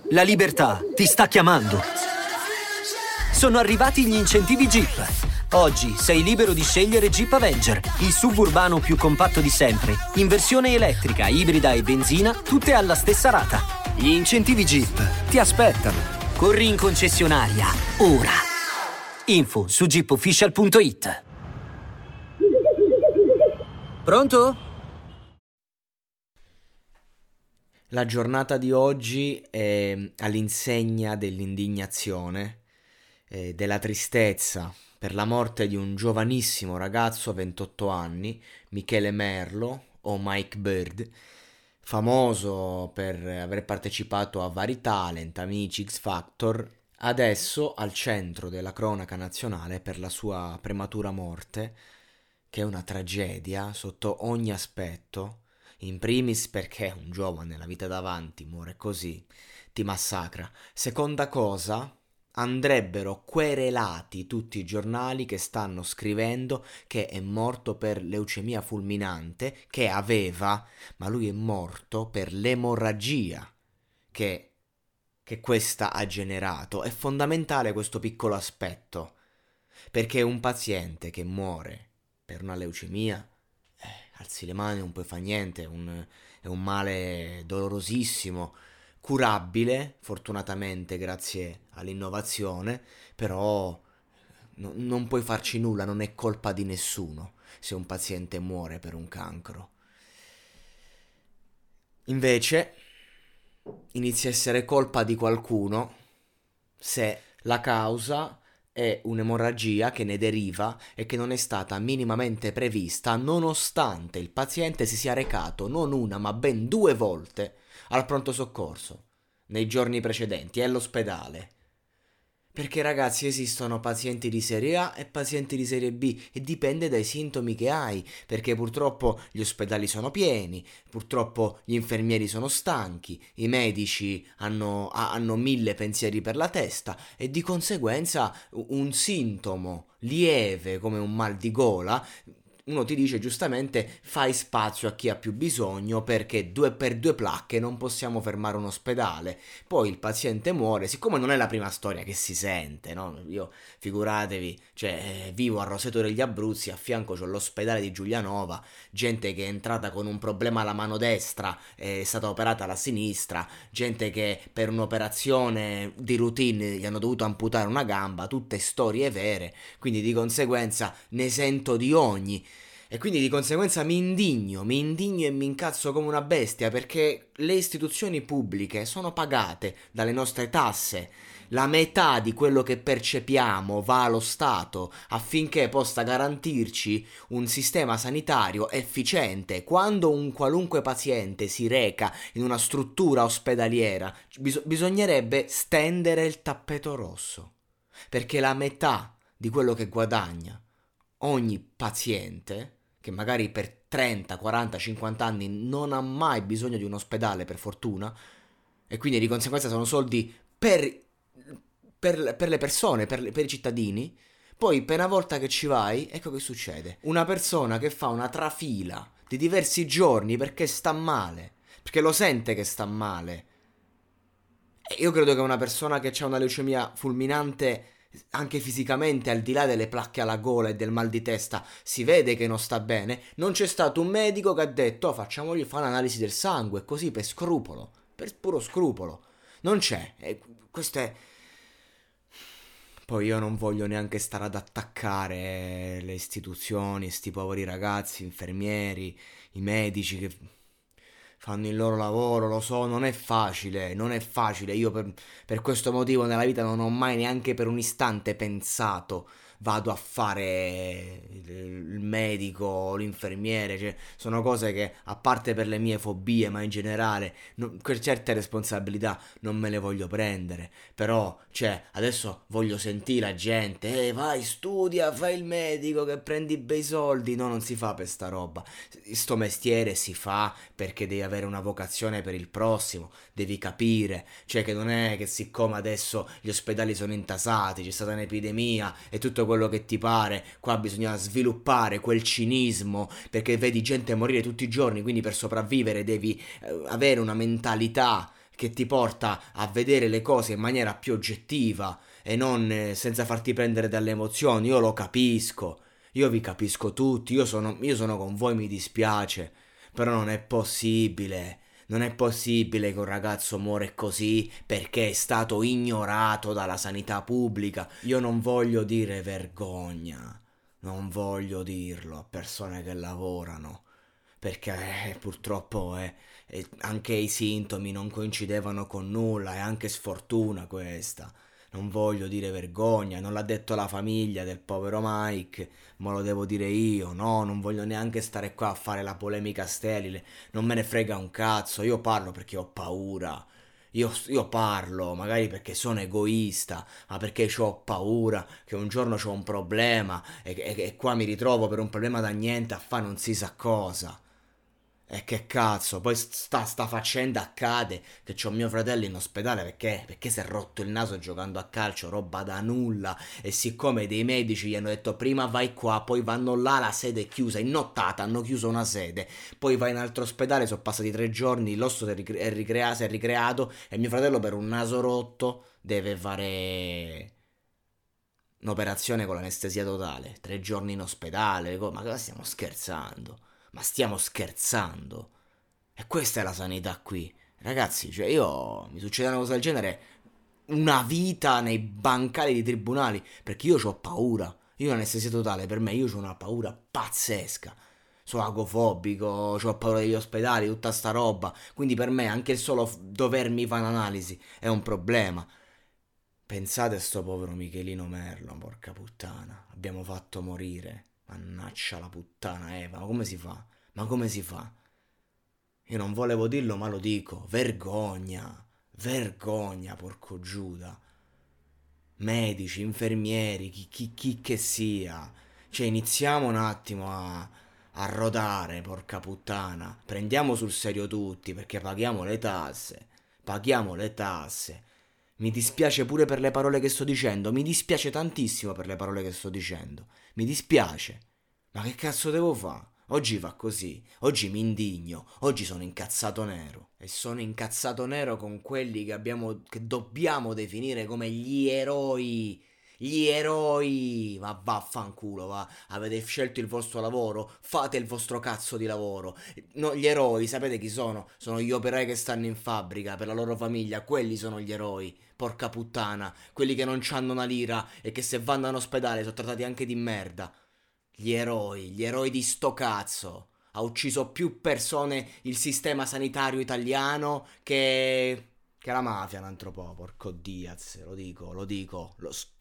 La libertà ti sta chiamando. Sono arrivati gli incentivi Jeep. Oggi sei libero di scegliere Jeep Avenger, il SUV urbano più compatto di sempre, in versione elettrica, ibrida e benzina, tutte alla stessa rata. Gli incentivi Jeep ti aspettano. Corri in concessionaria, ora. Info su jeepofficial.it. Pronto? La giornata di oggi è all'insegna dell'indignazione, della tristezza per la morte di un giovanissimo ragazzo a 28 anni, Michele Merlo o Mike Bird, famoso per aver partecipato a vari talent, Amici, X Factor, adesso al centro della cronaca nazionale per la sua prematura morte, che è una tragedia sotto ogni aspetto. In primis perché un giovane, la vita davanti, muore così, ti massacra. Seconda cosa, andrebbero querelati tutti i giornali che stanno scrivendo che è morto per leucemia fulminante, che aveva, ma lui è morto per l'emorragia che questa ha generato. È fondamentale questo piccolo aspetto, perché un paziente che muore per una leucemia, alzi le mani, non puoi fare niente, è un male dolorosissimo, curabile, fortunatamente grazie all'innovazione, però non puoi farci nulla, non è colpa di nessuno se un paziente muore per un cancro. Invece inizia a essere colpa di qualcuno se la causa è un'emorragia che ne deriva e che non è stata minimamente prevista, nonostante il paziente si sia recato non una ma ben 2 volte al pronto soccorso nei giorni precedenti e all'ospedale. Perché ragazzi, esistono pazienti di serie A e pazienti di serie B e dipende dai sintomi che hai, perché purtroppo gli ospedali sono pieni, purtroppo gli infermieri sono stanchi, i medici hanno 1000 pensieri per la testa e di conseguenza un sintomo lieve come un mal di gola, uno ti dice giustamente fai spazio a chi ha più bisogno perché per 2 placche non possiamo fermare un ospedale. Poi il paziente muore, siccome non è la prima storia che si sente, no? Io figuratevi, vivo a Roseto degli Abruzzi, a fianco c'ho l'ospedale di Giulianova, gente che è entrata con un problema alla mano destra, è stata operata alla sinistra, gente che per un'operazione di routine gli hanno dovuto amputare una gamba, tutte storie vere, quindi di conseguenza ne sento di ogni. E quindi di conseguenza mi indigno e mi incazzo come una bestia perché le istituzioni pubbliche sono pagate dalle nostre tasse. La metà di quello che percepiamo va allo Stato affinché possa garantirci un sistema sanitario efficiente. Quando un qualunque paziente si reca in una struttura ospedaliera, bisognerebbe stendere il tappeto rosso, perché la metà di quello che guadagna ogni paziente, che magari per 30, 40, 50 anni non ha mai bisogno di un ospedale, per fortuna, e quindi di conseguenza sono soldi per le persone, per i cittadini. Poi per una volta che ci vai, ecco che succede. Una persona che fa una trafila di diversi giorni perché sta male, perché lo sente che sta male. E io credo che una persona che ha una leucemia fulminante, anche fisicamente, al di là delle placche alla gola e del mal di testa, si vede che non sta bene. Non c'è stato un medico che ha detto facciamogli fare l'analisi del sangue, così per scrupolo, per puro scrupolo. Non c'è. Questo è... Poi io non voglio neanche stare ad attaccare le istituzioni, sti poveri ragazzi, infermieri, i medici che fanno il loro lavoro, lo so, non è facile, non è facile. Io per questo motivo nella vita non ho mai neanche per un istante pensato vado a fare il medico, l'infermiere, sono cose che, a parte per le mie fobie, ma in generale, per certe responsabilità non me le voglio prendere. Però, adesso voglio sentire la gente, vai, studia, fai il medico che prendi bei soldi. No, non si fa per sta roba. Sto mestiere si fa perché devi avere una vocazione per il prossimo, devi capire, che non è che siccome adesso gli ospedali sono intasati, c'è stata un'epidemia e tutto quello che ti pare, qua bisogna sviluppare quel cinismo, perché vedi gente morire tutti i giorni, quindi per sopravvivere devi avere una mentalità che ti porta a vedere le cose in maniera più oggettiva e non senza farti prendere dalle emozioni. Io lo capisco, io vi capisco tutti, io sono con voi, mi dispiace, però non è possibile. Non è possibile che un ragazzo muore così perché è stato ignorato dalla sanità pubblica. Io non voglio dire vergogna, non voglio dirlo a persone che lavorano, perché purtroppo anche i sintomi non coincidevano con nulla, è anche sfortuna questa. Non voglio dire vergogna, non l'ha detto la famiglia del povero Mike, ma lo devo dire io, no, non voglio neanche stare qua a fare la polemica sterile, non me ne frega un cazzo, io parlo perché ho paura. Io parlo, magari perché sono egoista, ma perché ho paura che un giorno c'ho un problema e qua mi ritrovo per un problema da niente a fare non si sa cosa. E che cazzo, poi sta faccenda accade che c'ho mio fratello in ospedale perché si è rotto il naso giocando a calcio, roba da nulla. E siccome dei medici gli hanno detto prima vai qua, poi vanno là, la sede è chiusa, in nottata hanno chiuso una sede, poi vai in altro ospedale, sono passati 3 giorni, l'osso si è ricreato e mio fratello per un naso rotto deve fare un'operazione con l'anestesia totale, 3 giorni in ospedale, ma cosa stiamo scherzando? Ma stiamo scherzando? E questa è la sanità qui. Ragazzi, cioè io mi succede una cosa del genere, una vita nei bancali di tribunali, perché io ho paura. Io l'anestesia totale, per me, io ho una paura pazzesca. Sono agofobico, ho paura degli ospedali, tutta sta roba. Quindi per me anche il solo dovermi fare un'analisi è un problema. Pensate a sto povero Michelino Merlo, porca puttana. Abbiamo fatto morire. Mannaccia la puttana Eva, ma come si fa? Ma come si fa? Io non volevo dirlo, ma lo dico. Vergogna. Vergogna, porco Giuda. Medici, infermieri, chi che sia. Cioè, iniziamo un attimo a rodare, porca puttana. Prendiamo sul serio tutti, perché paghiamo le tasse. Paghiamo le tasse. Mi dispiace pure per le parole che sto dicendo. Mi dispiace tantissimo per le parole che sto dicendo. Mi dispiace. Ma che cazzo devo fare? Oggi va così. Oggi mi indigno. Oggi sono incazzato nero. E sono incazzato nero con quelli che dobbiamo definire come gli eroi. Gli eroi! Ma vaffanculo, va. Avete scelto il vostro lavoro? Fate il vostro cazzo di lavoro. No, gli eroi, sapete chi sono? Sono gli operai che stanno in fabbrica per la loro famiglia. Quelli sono gli eroi. Porca puttana. Quelli che non c'hanno una lira e che se vanno in ospedale sono trattati anche di merda. Gli eroi di sto cazzo. Ha ucciso più persone il sistema sanitario italiano che la mafia un altro po', porco Diaz, lo dico,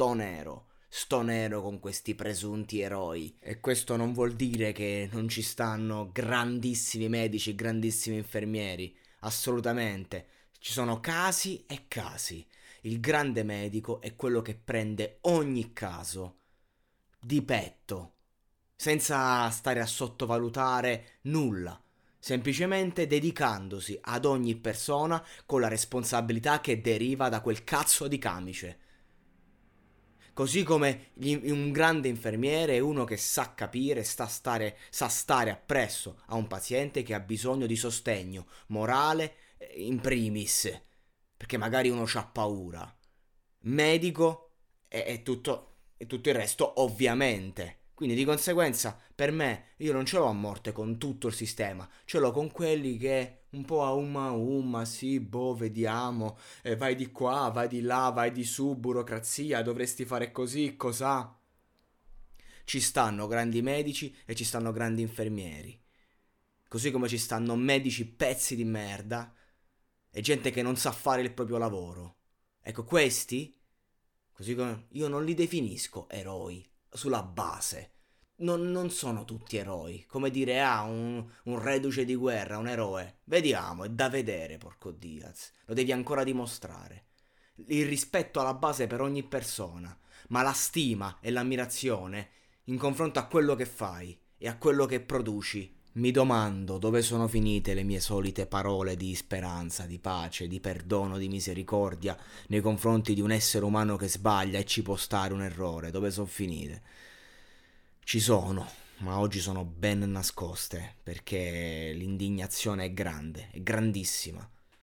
sto nero con questi presunti eroi. E questo non vuol dire che non ci stanno grandissimi medici, grandissimi infermieri, assolutamente. Ci sono casi e casi. Il grande medico è quello che prende ogni caso di petto, senza stare a sottovalutare nulla, semplicemente dedicandosi ad ogni persona con la responsabilità che deriva da quel cazzo di camice. Così come un grande infermiere è uno che sa capire, sa stare appresso a un paziente che ha bisogno di sostegno morale in primis, perché magari uno c'ha paura. Medico e tutto il resto, ovviamente. Quindi di conseguenza, per me, io non ce l'ho a morte con tutto il sistema, ce l'ho con quelli che un po' a umma, sì, boh, vediamo, vai di qua, vai di là, vai di su, burocrazia, dovresti fare così, cos'ha. Ci stanno grandi medici e ci stanno grandi infermieri, così come ci stanno medici pezzi di merda e gente che non sa fare il proprio lavoro. Ecco, questi, così come io non li definisco eroi sulla base. Non sono tutti eroi. Come dire, un reduce di guerra, un eroe. Vediamo, è da vedere, porco Diaz. Lo devi ancora dimostrare. Il rispetto alla base per ogni persona, ma la stima e l'ammirazione in confronto a quello che fai e a quello che produci. Mi domando dove sono finite le mie solite parole di speranza, di pace, di perdono, di misericordia nei confronti di un essere umano che sbaglia e ci può stare un errore. Dove sono finite? Ci sono, ma oggi sono ben nascoste perché l'indignazione è grande, è grandissima.